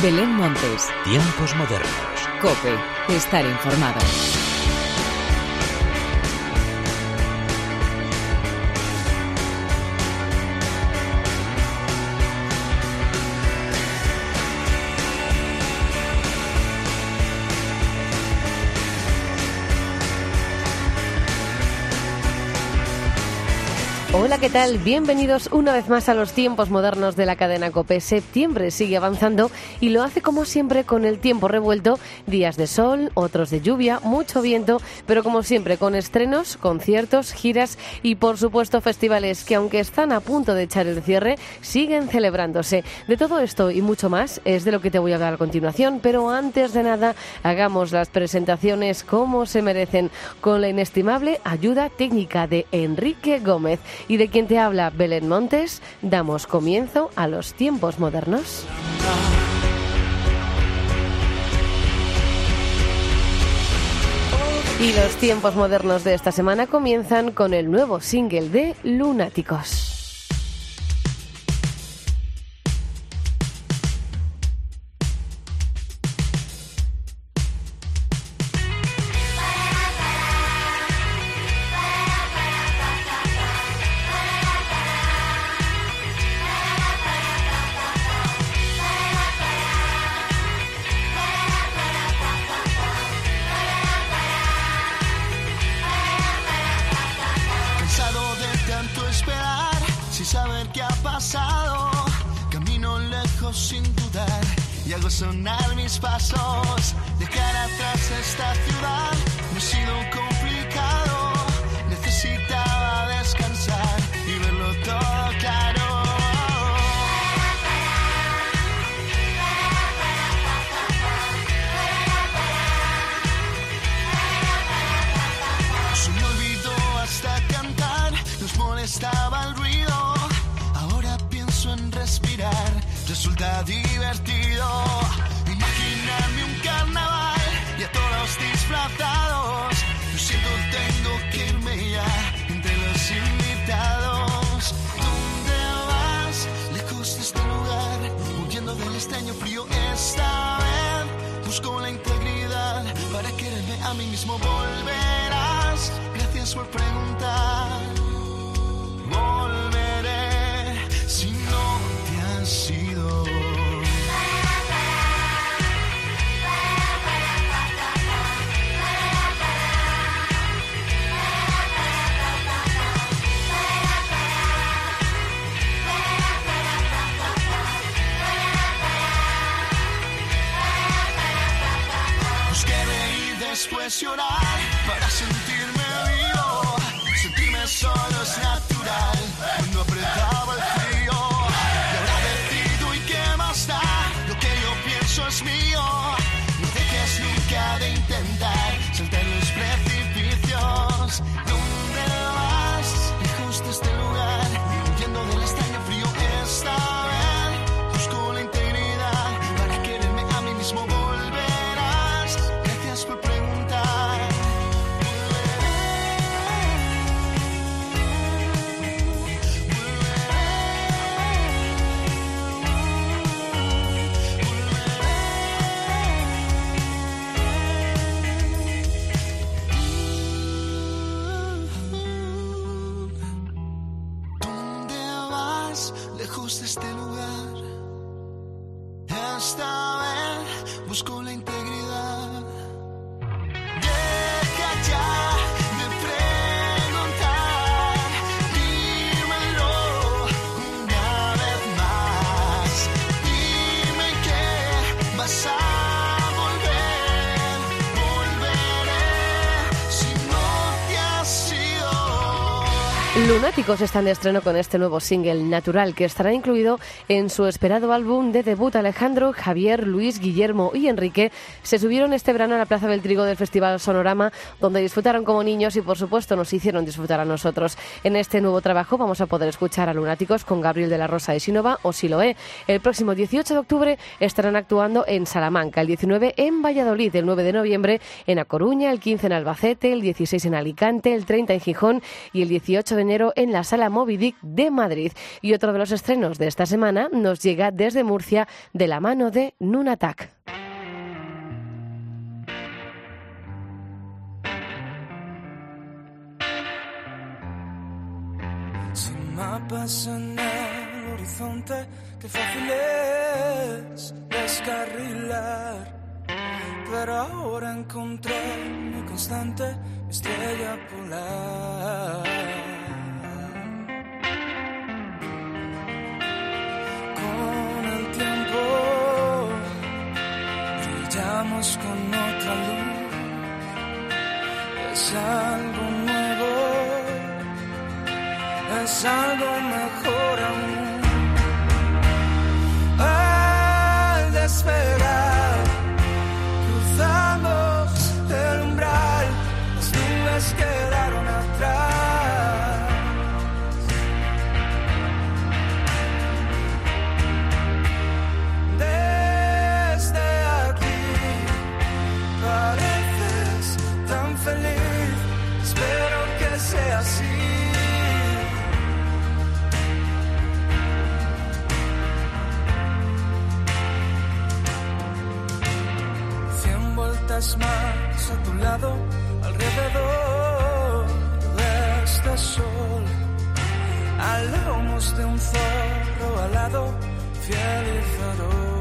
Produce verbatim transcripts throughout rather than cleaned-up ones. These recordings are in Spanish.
Belén Montes. Tiempos modernos. COPE. Estar informado. Hola, ¿qué tal? Bienvenidos una vez más a los tiempos modernos de la cadena COPE. Septiembre sigue avanzando y lo hace como siempre con el tiempo revuelto, días de sol, otros de lluvia, mucho viento, pero como siempre con estrenos, conciertos, giras y por supuesto festivales que aunque están a punto de echar el cierre, siguen celebrándose. De todo esto y mucho más es de lo que te voy a hablar a continuación, pero antes de nada hagamos las presentaciones como se merecen, con la inestimable ayuda técnica de Enrique Gómez. Y de quien te habla, Belén Montes, damos comienzo a los tiempos modernos. Y los tiempos modernos de esta semana comienzan con el nuevo single de Lunáticos. Sonar mis pasos, dejar atrás esta ciudad, no ha sido complicado, necesitaba descansar y verlo todo claro. Se me olvidó hasta cantar, nos molestaba el ruido, ahora pienso en respirar, resulta divertido. Imaginarme un carnaval y a todos disfrazados. Lo siento, tengo que irme ya entre los invitados. ¿Dónde vas? Lejos de este lugar, huyendo del extraño frío esta vez. Busco la integridad para quererme a mí mismo. Volverás, gracias por preguntar. Volveré si no te has ido. Después llorar para sentirme vivo, sentirme solo es natural, cuando apretaba el frío, y ahora decido y qué más da, lo que yo pienso es mío, no dejes nunca de intentar saltar los precipicios. ¿Dónde vas? Lejos de este lugar, huyendo del extraño frío esta vez, busco la integridad para quererme a mí mismo. Volverás, gracias por preguntar. Lejos de este lugar, esta vez busco la integridad. Deja ya de preguntar, dímelo una vez más. Dime que vas a volver, volveré si no te has ido. Lunáticos están de estreno con este nuevo single Natural, que estará incluido en su esperado álbum de debut. Alejandro, Javier, Luis, Guillermo y Enrique se subieron este verano a la Plaza del Trigo del Festival Sonorama, donde disfrutaron como niños y por supuesto nos hicieron disfrutar a nosotros. En este nuevo trabajo vamos a poder escuchar a Lunáticos con Gabriel de la Rosa de Sinova o Siloé. El próximo dieciocho de octubre estarán actuando en Salamanca, el diecinueve en Valladolid, el nueve de noviembre en A Coruña, el quince en Albacete, el dieciséis en Alicante, el treinta en Gijón y el dieciocho de enero febrero en la Sala Moby Dick de Madrid. Y otro de los estrenos de esta semana nos llega desde Murcia de la mano de Nunatak. Sin mapas en el horizonte, qué fácil es descarrilar. Pero ahora encontré mi constante, mi estrella polar. Con el tiempo brillamos con otra luz. Es algo nuevo, es algo mejor aún. Al despegar cruzamos el umbral, las nubes quedaron atrás. Desde aquí pareces tan feliz, espero que sea así. Más a tu lado, alrededor de este sol, al lomos de un zorro alado, fiel y feroz.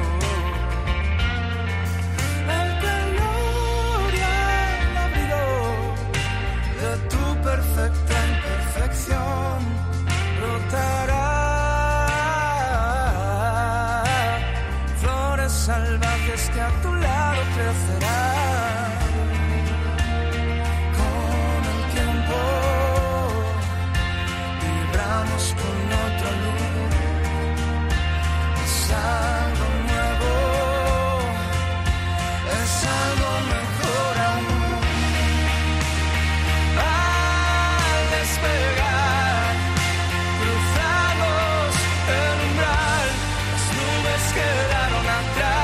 El calor y el abrigo de tu perfecta imperfección brotará. Flores salvajes que a tu lado crecerán. Con el tiempo vibramos con otra luz. Es algo nuevo, es algo mejor aún. Al despegar cruzamos el umbral, las nubes quedaron atrás.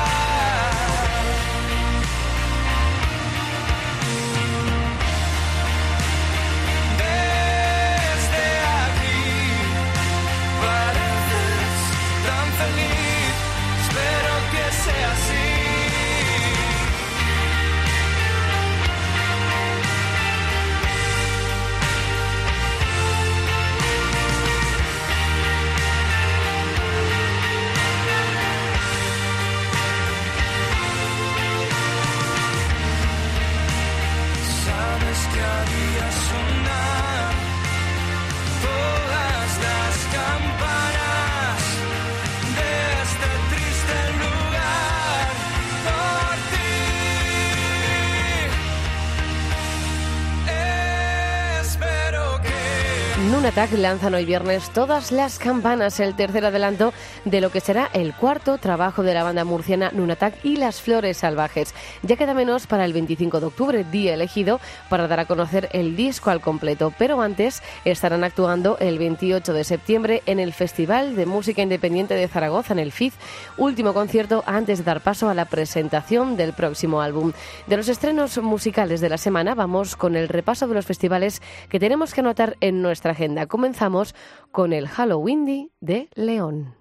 Nunatak lanzan hoy viernes Todas las campanas, el tercer adelanto de lo que será el cuarto trabajo de la banda murciana Nunatak y Las Flores Salvajes. Ya queda menos para el veinticinco de octubre, día elegido para dar a conocer el disco al completo, pero antes estarán actuando el veintiocho de septiembre en el Festival de Música Independiente de Zaragoza, en el F I Z, último concierto antes de dar paso a la presentación del próximo álbum. De los estrenos musicales de la semana vamos con el repaso de los festivales que tenemos que anotar en nuestra agenda. Comenzamos con el Halloween de León.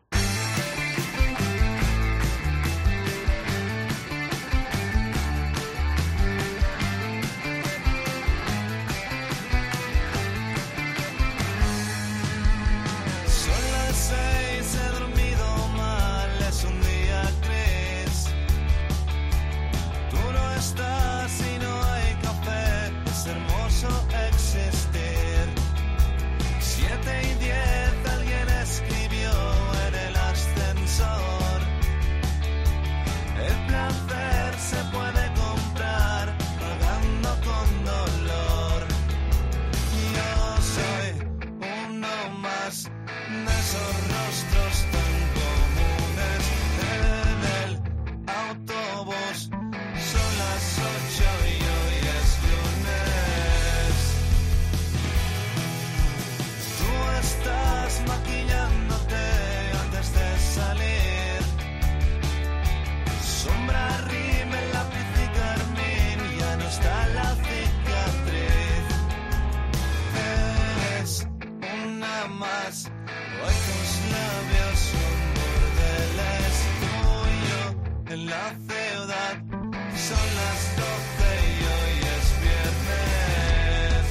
paz. Hoy tus labios son bordeles, tú y yo en la ciudad. Son las doce y hoy es viernes.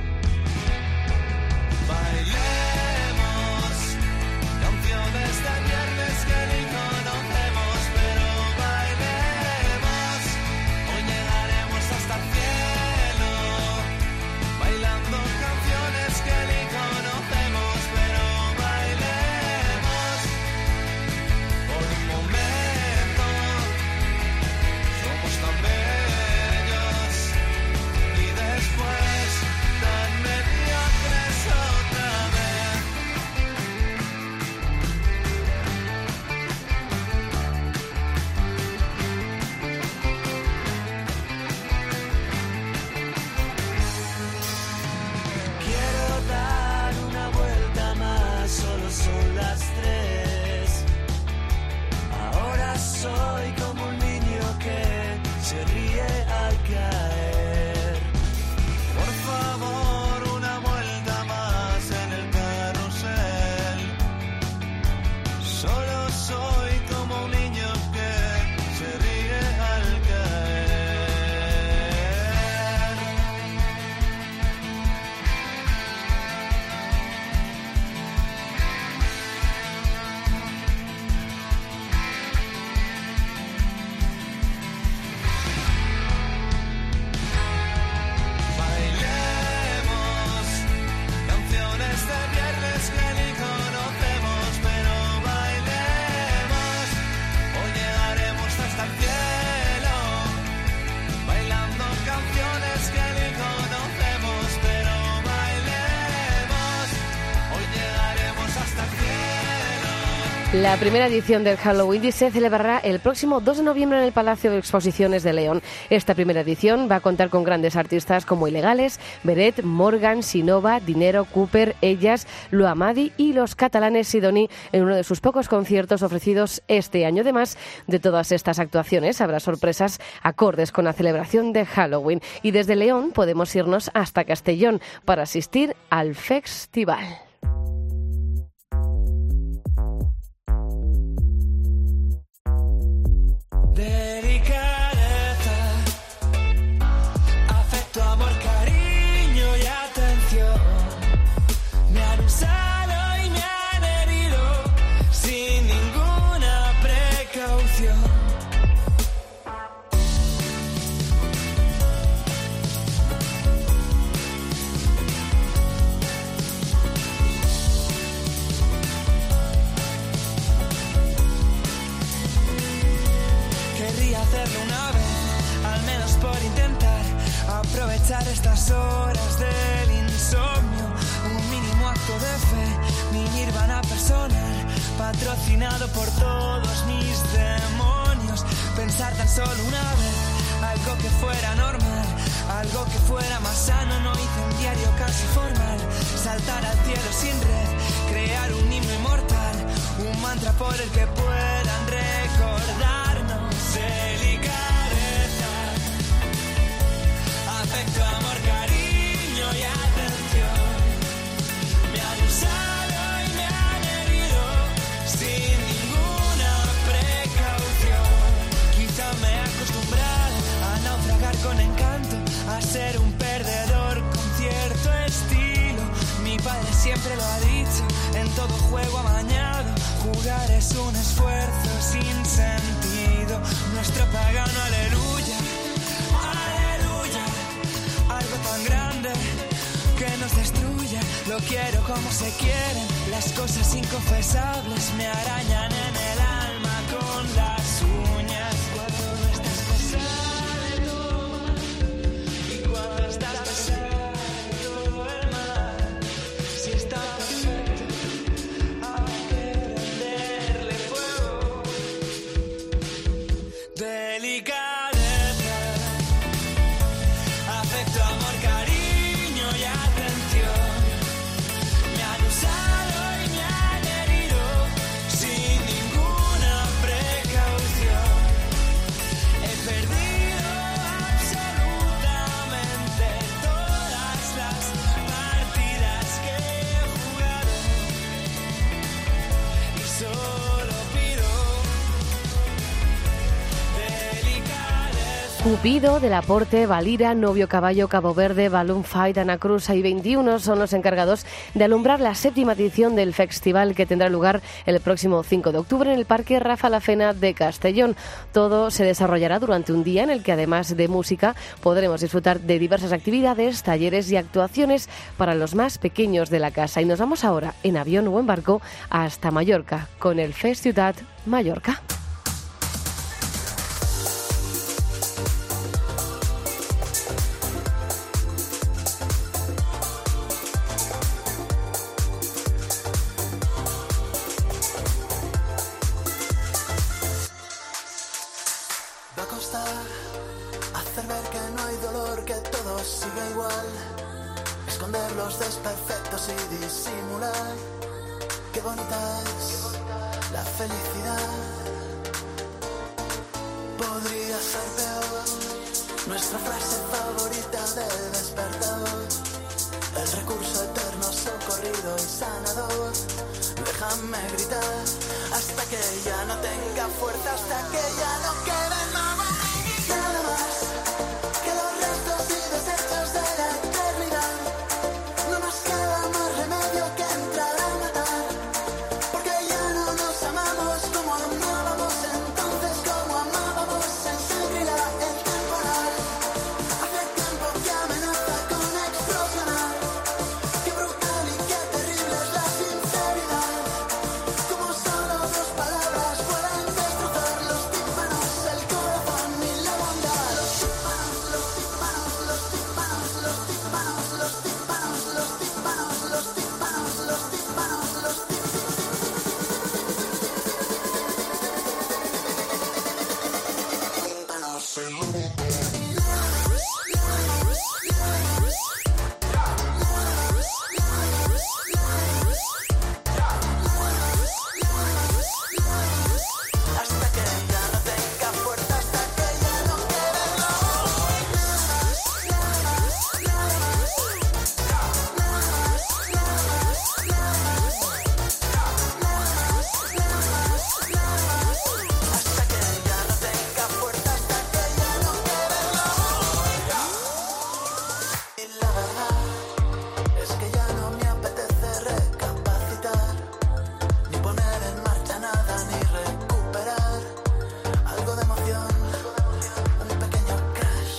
Bailemos canciones de viernes que ni conocemos, pero bailemos. Hoy llegaremos hasta el cielo, bailando canciones que ni conocemos, pero bailemos. Por un momento somos tan bellos y después tan mediocres otra vez. Quiero dar una vuelta más, solo son las tres. Ahora soy como un niño que se ríe al caer. Por favor, una vuelta más en el carrusel. Solo soy como un niño que se ríe al caer. Bailemos canciones de viernes que ni conocemos, pero bailemos. Hoy llegaremos hasta el cielo, bailando canciones que ni conocemos, pero bailemos. Hoy llegaremos hasta el cielo. La primera edición del Halloween se celebrará el próximo dos de noviembre en el Palacio de Exposiciones de León. Esta primera edición va a contar con grandes artistas como Ilegales, Beret, Morgan, Sinova, Dinero, Cooper, Ellas, Lo Amadi y los catalanes Sidoni en uno de sus pocos conciertos ofrecidos este año. Además de todas estas actuaciones, habrá sorpresas acordes con la celebración de Halloween. Y desde León podemos irnos hasta Castellón para asistir al festival. Delicadeza, afecto, amor, cariño y atención. Me han usado y me han herido sin ninguna precaución. Querría hacerlo una vez, al menos por intentar aprovechar estas horas del insomnio. Un mínimo acto de fe, mi nirvana personal, patrocinado por todos mis demonios. Pensar tan solo una vez, algo que fuera normal, algo que fuera más sano, no incendiario, casi formal. Saltar al cielo sin red, crear un himno inmortal, un mantra por el que puedan recordarnos. Delicadeza, afecto, amor, cariño y atención. Me han usado y me han herido sin ninguna precaución. Quizá me he acostumbrado a naufragar con encanto, a ser un perdedor con cierto estilo. Mi padre siempre lo ha dicho, en todo juego amañado, jugar es un esfuerzo sin sentido. Nuestro pagano aleluya, aleluya, algo tan grande que nos destruye. Lo quiero como se quieren, las cosas inconfesables me arañan en el alma con las uñas. Cuando no estás pesada de todo mal, y cuando estás pesada de todo el mal, si está perfecto, hay que prenderle fuego. Delicadeza, afecto, amor, cariño y atención. Me han usado y me han herido sin ninguna precaución. Cupido, Delaporte, Valira, Novio Caballo, Cabo Verde, Balloon Fight, Ana Cruz y veintiuno son los encargados de alumbrar la séptima edición del festival que tendrá lugar el próximo cinco de octubre en el Parque Rafa Lafena de Castellón. Todo se desarrollará durante un día en el que, además de música, podremos disfrutar de diversas actividades, talleres y actuaciones para los más pequeños de la casa. Y nos vamos ahora en avión o en barco hasta Mallorca con el Festiutat Mallorca. Hacer ver que no hay dolor, que todo sigue igual. Esconder los desperfectos y disimular. Qué bonita es la felicidad. Podría ser peor. Nuestra frase favorita del despertador. El recurso eterno, socorrido y sanador. Déjame gritar hasta que ya no tenga fuerza, hasta que ya no quede nada. Nada más que los restos y desechos de la eternidad. No nos queda más remedio que entrar a matar, porque ya no nos amamos como amábamos entonces, como amábamos en Shangri-La el temporal. Hace tiempo que amenaza con explosionar. Qué brutal y qué terrible es la sinceridad. Como solo dos palabras pueden destrozar los tímpanos, el corazón y la bondad. Los tímpanos, los tímpanos, los tímpanos, los tímpanos, los tímpanos, los tímpanos, los tímpanos, los tímpanos, los tímpanos, el mundo. Hasta que ya no tenga fuerza, hasta que ya no quede hasta que ya no tenga fuerza, hasta que ya no quede y la verdad es que ya no me apetece recapacitar, ni poner en marcha nada, ni recuperar algo de emoción, un pequeño crash.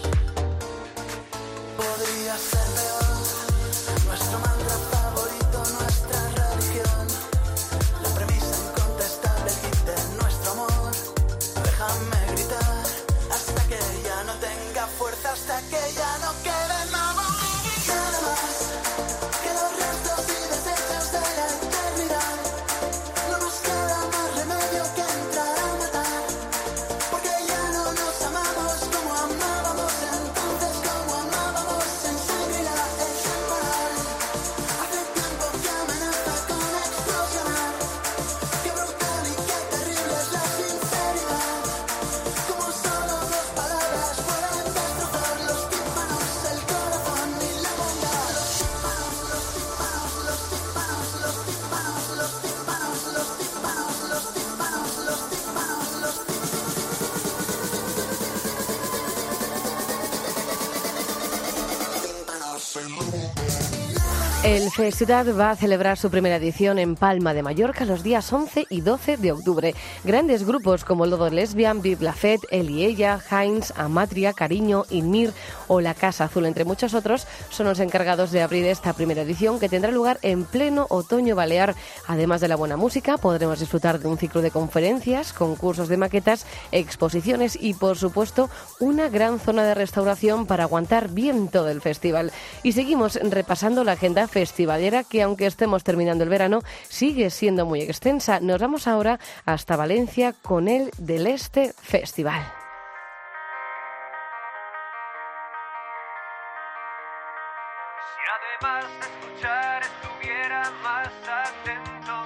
Podría ser peor, nuestro mantra favorito, nuestra religión, la premisa incontestable, el hit de nuestro amor. Déjame gritar hasta que ya no tenga fuerza, hasta que ya no quede nada. Nada más que los restos y desechos de la eternidad. No nos queda más remedio que entrar a matar, porque ya no nos amamos como amábamos entonces, como amábamos en Shangri-La el temporal. Hace tiempo que amenaza con explosionar. Qué brutal y qué terrible es la sinceridad. Como solo dos palabras pueden destrozar los tímpanos, el corazón y la bondad. Los tímpanos, los tímpanos, los tímpanos, los tímpanos, los tímpanos, los tímpanos, los tímpanos, los tímpanos, los tímpanos, el mundo. El Festiutat va a celebrar su primera edición en Palma de Mallorca los días once y doce de octubre. Grandes grupos como Lodo Lesbian, Vive la Fête, Él y Ella, Heinz, Amatria, Cariño, Inmir o La Casa Azul, entre muchos otros, son los encargados de abrir esta primera edición que tendrá lugar en pleno otoño balear. Además de la buena música, podremos disfrutar de un ciclo de conferencias, concursos de maquetas, exposiciones y, por supuesto, una gran zona de restauración para aguantar bien todo el festival. Y seguimos repasando la agenda festivalera que, aunque estemos terminando el verano, sigue siendo muy extensa. Nos vamos ahora hasta Valencia con el Del Este Festival. Si además de escuchar estuviera más atento,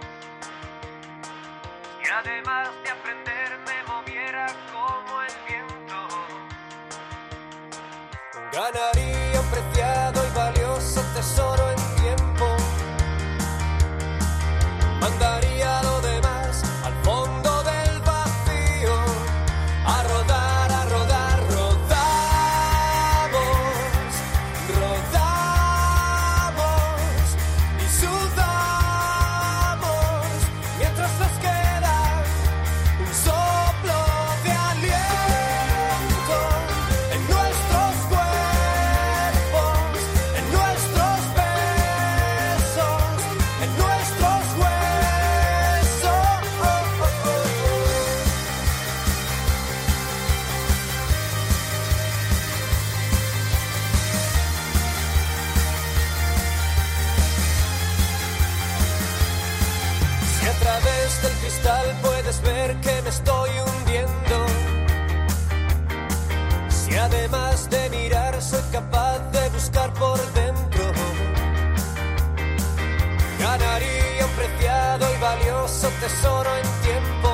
y además de aprender me moviera como el viento, ganaría un preciado y valioso tesoro en tiempo, mandaría lo demás al fondo del vacío, a rodar, a rodar través del cristal puedes ver que me estoy hundiendo. Si además de mirar soy capaz de buscar por dentro, ganaría un preciado y valioso tesoro en tiempo.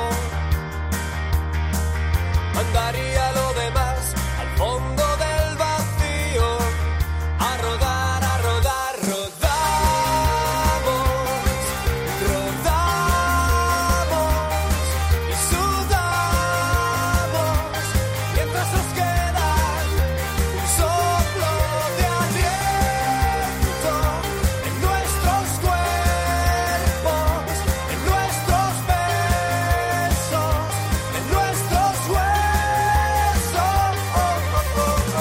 Mandaría lo demás al fondo del vacío, a rodar, a rodar, rodamos, rodamos y sudamos, mientras nos queda un soplo de aliento en nuestros cuerpos, en nuestros besos, en nuestros huesos. Oh, oh, oh, oh.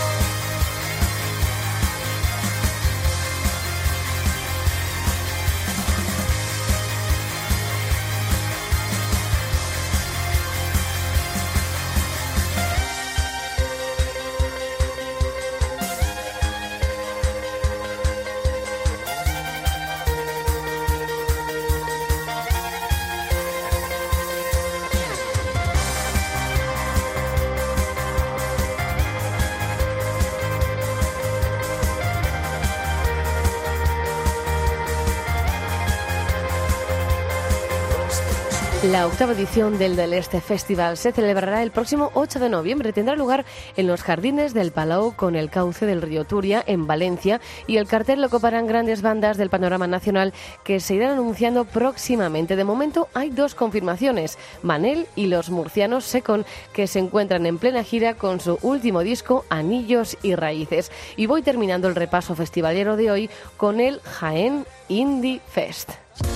La octava edición del Del Este Festival se celebrará el próximo ocho de noviembre. Tendrá lugar en los jardines del Palau con el cauce del río Turia en Valencia, y el cartel lo coparán grandes bandas del panorama nacional que se irán anunciando próximamente. De momento hay dos confirmaciones: Manel y los murcianos Secon, que se encuentran en plena gira con su último disco Anillos y Raíces. Y voy terminando el repaso festivalero de hoy con el Jaén Indie Fest.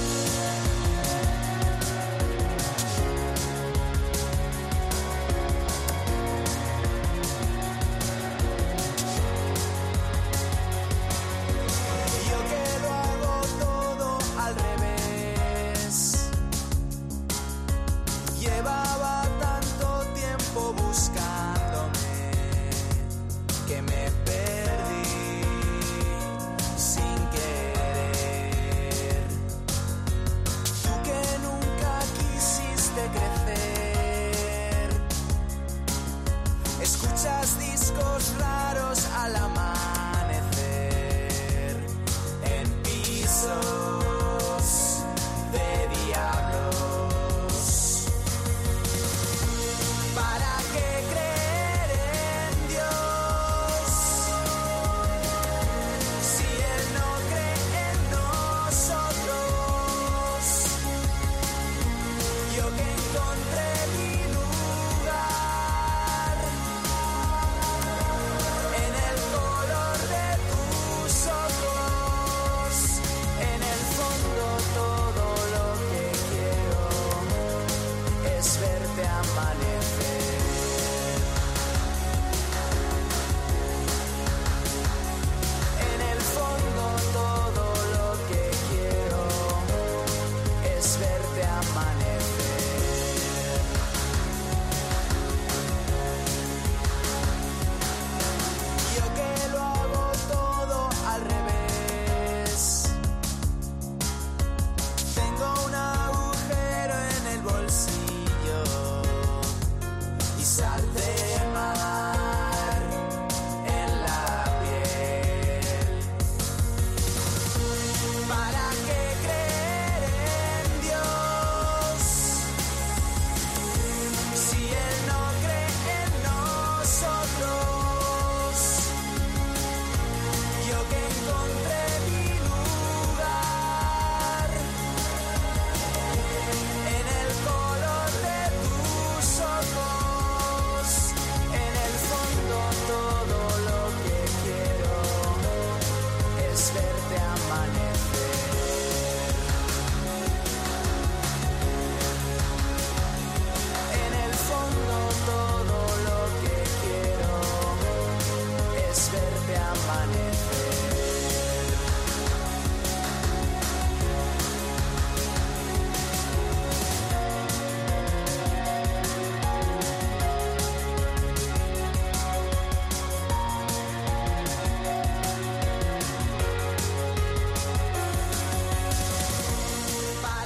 Yo que lo hago todo al revés. Llevaba tanto tiempo buscándome que me perdí sin querer.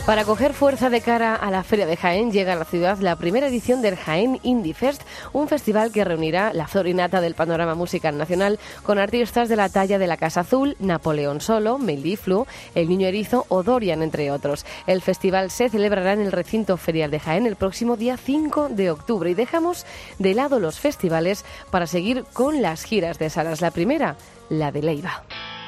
Para coger fuerza de cara a la Feria de Jaén, llega a la ciudad la primera edición del Jaén Indie Fest, un festival que reunirá la flor y nata del panorama musical nacional con artistas de la talla de La Casa Azul, Napoleón Solo, Meliflu, El Niño Erizo o Dorian, entre otros. El festival se celebrará en el recinto ferial de Jaén el próximo día cinco de octubre y dejamos de lado los festivales para seguir con las giras de salas. La primera, la de Leiva.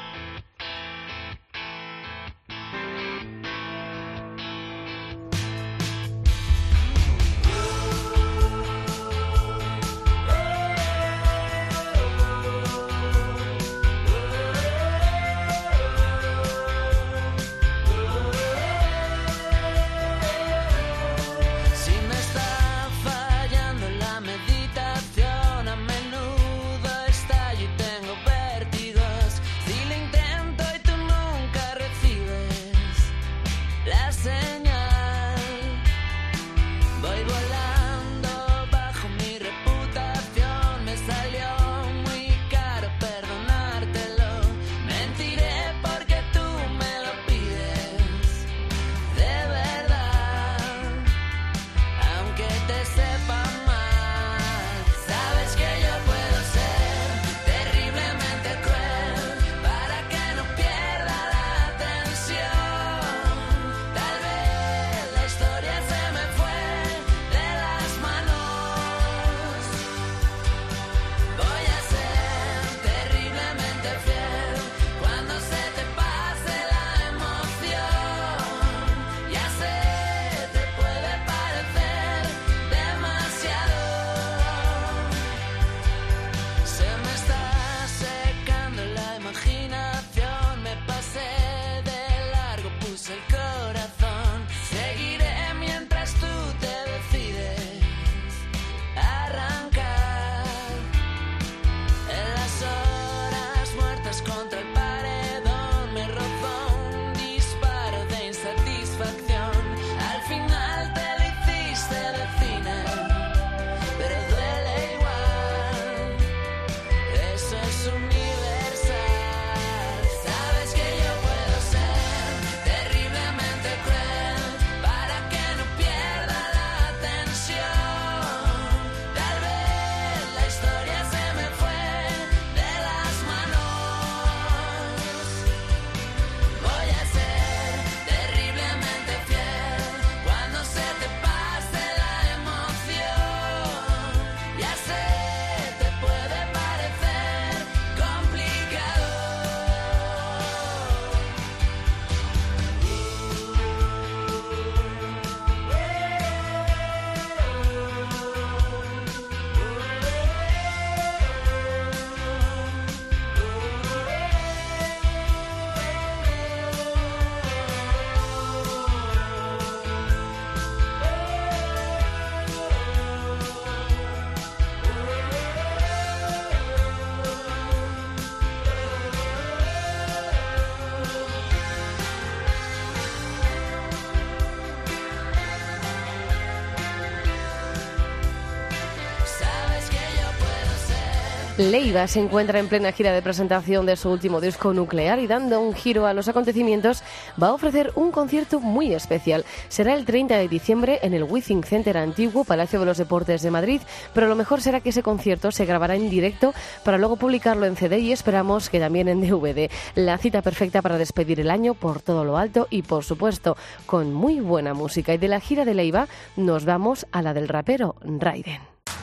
Leiva se encuentra en plena gira de presentación de su último disco Nuclear y dando un giro a los acontecimientos va a ofrecer un concierto muy especial. Será el treinta de diciembre en el Withing Center Antiguo, Palacio de los Deportes de Madrid, pero lo mejor será que ese concierto se grabará en directo para luego publicarlo en C D y esperamos que también en D V D. La cita perfecta para despedir el año por todo lo alto y, por supuesto, con muy buena música. Y de la gira de Leiva nos vamos a la del rapero Raiden.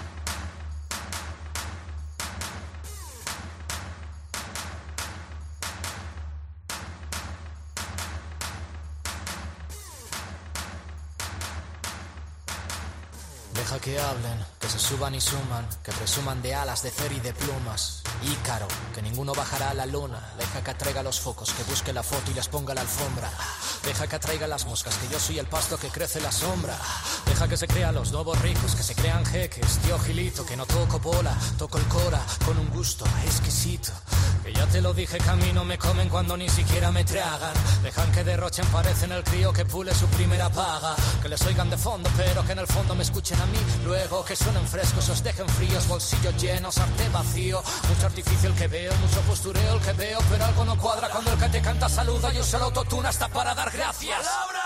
Deja que hablen, que se suban y suman, que presuman de alas, de cero y de plumas. Ícaro, que ninguno bajará a la luna. Deja que atraiga los focos, que busque la foto y les ponga la alfombra. Deja que atraiga las moscas, que yo soy el pasto que crece la sombra. Deja que se crean los nuevos ricos, que se crean jeques. Tío Gilito, que no toco bola, toco el cora con un gusto exquisito. Que ya te lo dije que a mí no me comen cuando ni siquiera me tragan. Dejan que derrochen, parecen el crío que pule su primera paga. Que les oigan de fondo, pero que en el fondo me escuchen a mí. Luego que suenen frescos, os dejen fríos, bolsillos llenos, arte vacío. Mucho artificio el que veo, mucho postureo el que veo, pero algo no cuadra cuando el que te canta saluda y usa el autotune hasta para dar gracias. ¡Palabra!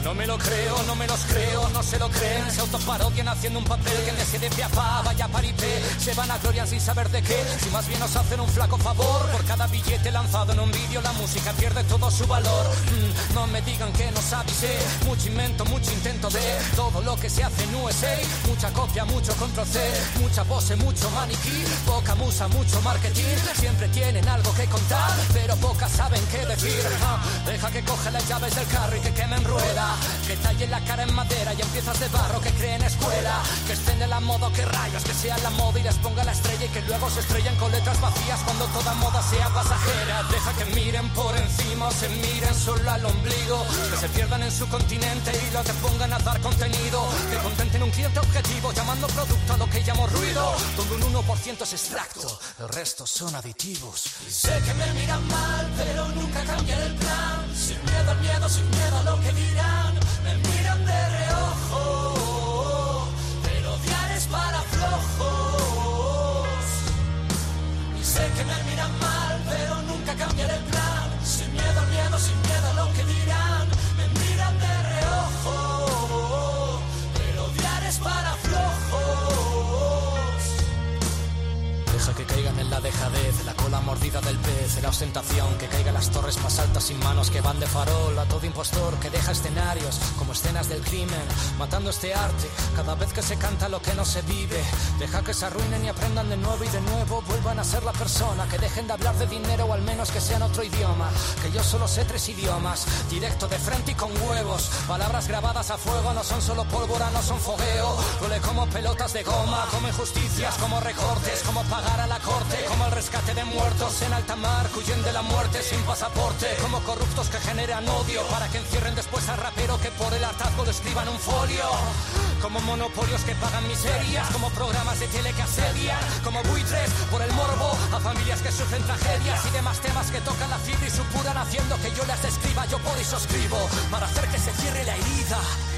No me lo creo, no me los creo, no se lo creen. Se autoparodian haciendo un papel que les de piafá, vaya paripé. Se van a gloriar sin saber de qué, si más bien nos hacen un flaco favor. Por cada billete lanzado en un vídeo la música pierde todo su valor. mm, No me digan que no avisé, mucho invento, mucho intento de todo lo que se hace en U S A. Mucha copia, mucho control C, mucha pose, mucho maniquí. Poca musa, mucho marketing, siempre tienen algo que contar, pero pocas saben qué decir. ah, Deja que coge las llaves del carro y que quemen rueda, que tallen la cara en madera y en piezas de barro, que creen escuela, que estén en la moda, que rayos, que sea la moda y les ponga la estrella y que luego se estrellen con letras vacías cuando toda moda sea pasajera. Deja que miren por encima o se miren solo al ombligo, que se pierdan en su continente y lo que pongan a dar contenido, que contenten un cliente objetivo llamando producto a lo que llamo ruido, donde un uno por ciento es extracto, el resto son aditivos. Y sé que me miran mal, pero nunca cambiaré el plan. Sin miedo al miedo, sin miedo a lo que dirán. Me miran de reojo, pero odiar es para flojos. Y sé que me miran mal, pero nunca cambiaré el plan. Sin miedo al miedo, sin miedo a lo que dirán. Me miran de reojo, pero odiar es para flojos. Deja que caigan en la dejadez, la cola mordida del pez, en la ostentación, que caigan las torres más altas sin manos que van de farol, a todo impostor que deja escenarios como escenas del crimen, matando este arte cada vez que se canta lo que no se vive. Deja que se arruinen y aprendan de nuevo y de nuevo vuelvan a ser la persona, que dejen de hablar de dinero o al menos que sean otro idioma, que yo solo sé tres idiomas, directo de frente y con huevos, palabras grabadas a fuego, no son solo pólvora, no son fogueo, duele como pelotas de goma, como injusticias, como recortes, como pagar a la corte, como el rescate de muertos en alta mar que huyen de la muerte sin pasaporte, como corruptos que generan odio para que encierren después al rapero que por el hartazgo lo escriban un folio, como monopolios que pagan miserias, como programas de tele que asedian, como buitres por el morbo a familias que sufren tragedias y demás temas que tocan la fibra y supuran haciendo que yo las describa. Yo por eso escribo, para hacer que se cierre la herida.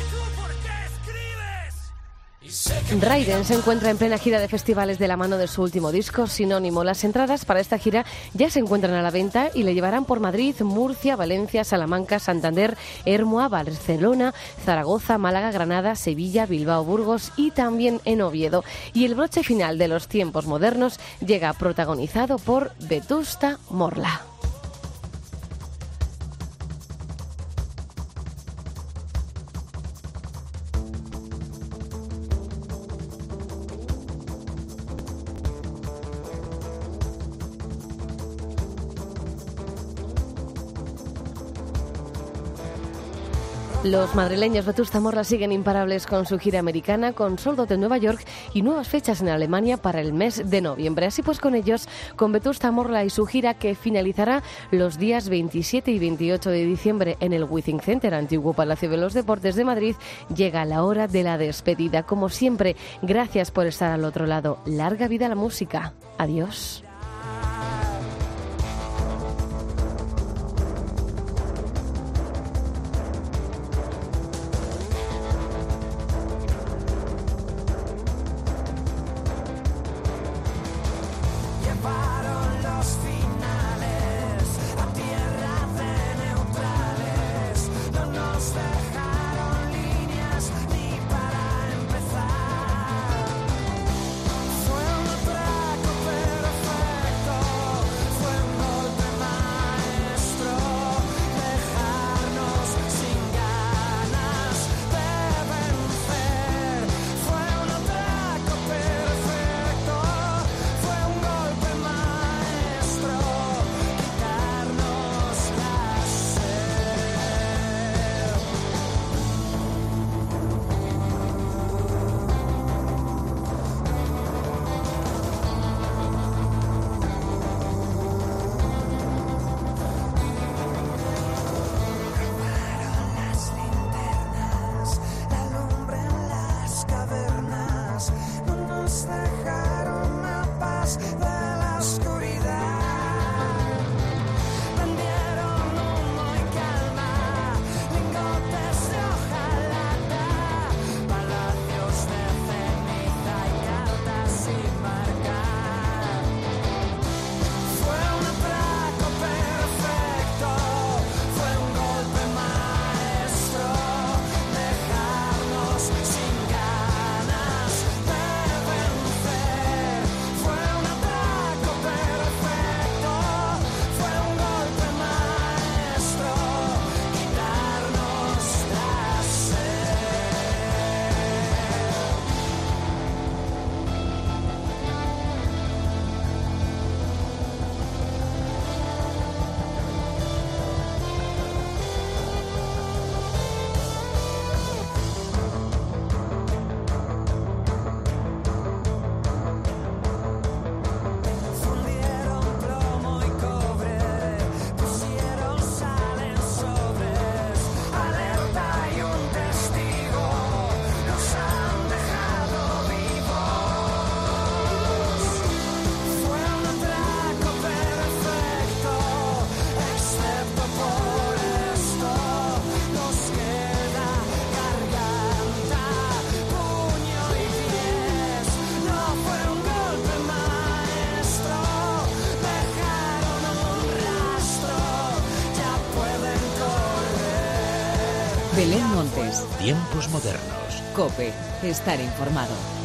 Raiden se encuentra en plena gira de festivales de la mano de su último disco, Sinónimo. Las entradas para esta gira ya se encuentran a la venta y le llevarán por Madrid, Murcia, Valencia, Salamanca, Santander, Hermua, Barcelona, Zaragoza, Málaga, Granada, Sevilla, Bilbao, Burgos y también en Oviedo. Y el broche final de los tiempos modernos llega protagonizado por Vetusta Morla. Los madrileños Vetusta Morla siguen imparables con su gira americana, con Sold Out en Nueva York y nuevas fechas en Alemania para el mes de noviembre. Así pues, con ellos, con Vetusta Morla y su gira que finalizará los días veintisiete y veintiocho de diciembre en el Withing Center, antiguo Palacio de los Deportes de Madrid, llega la hora de la despedida. Como siempre, gracias por estar al otro lado. Larga vida a la música. Adiós. Fue un atraco, pero fue Belén Montes. Tiempos modernos. COPE. Estar informado.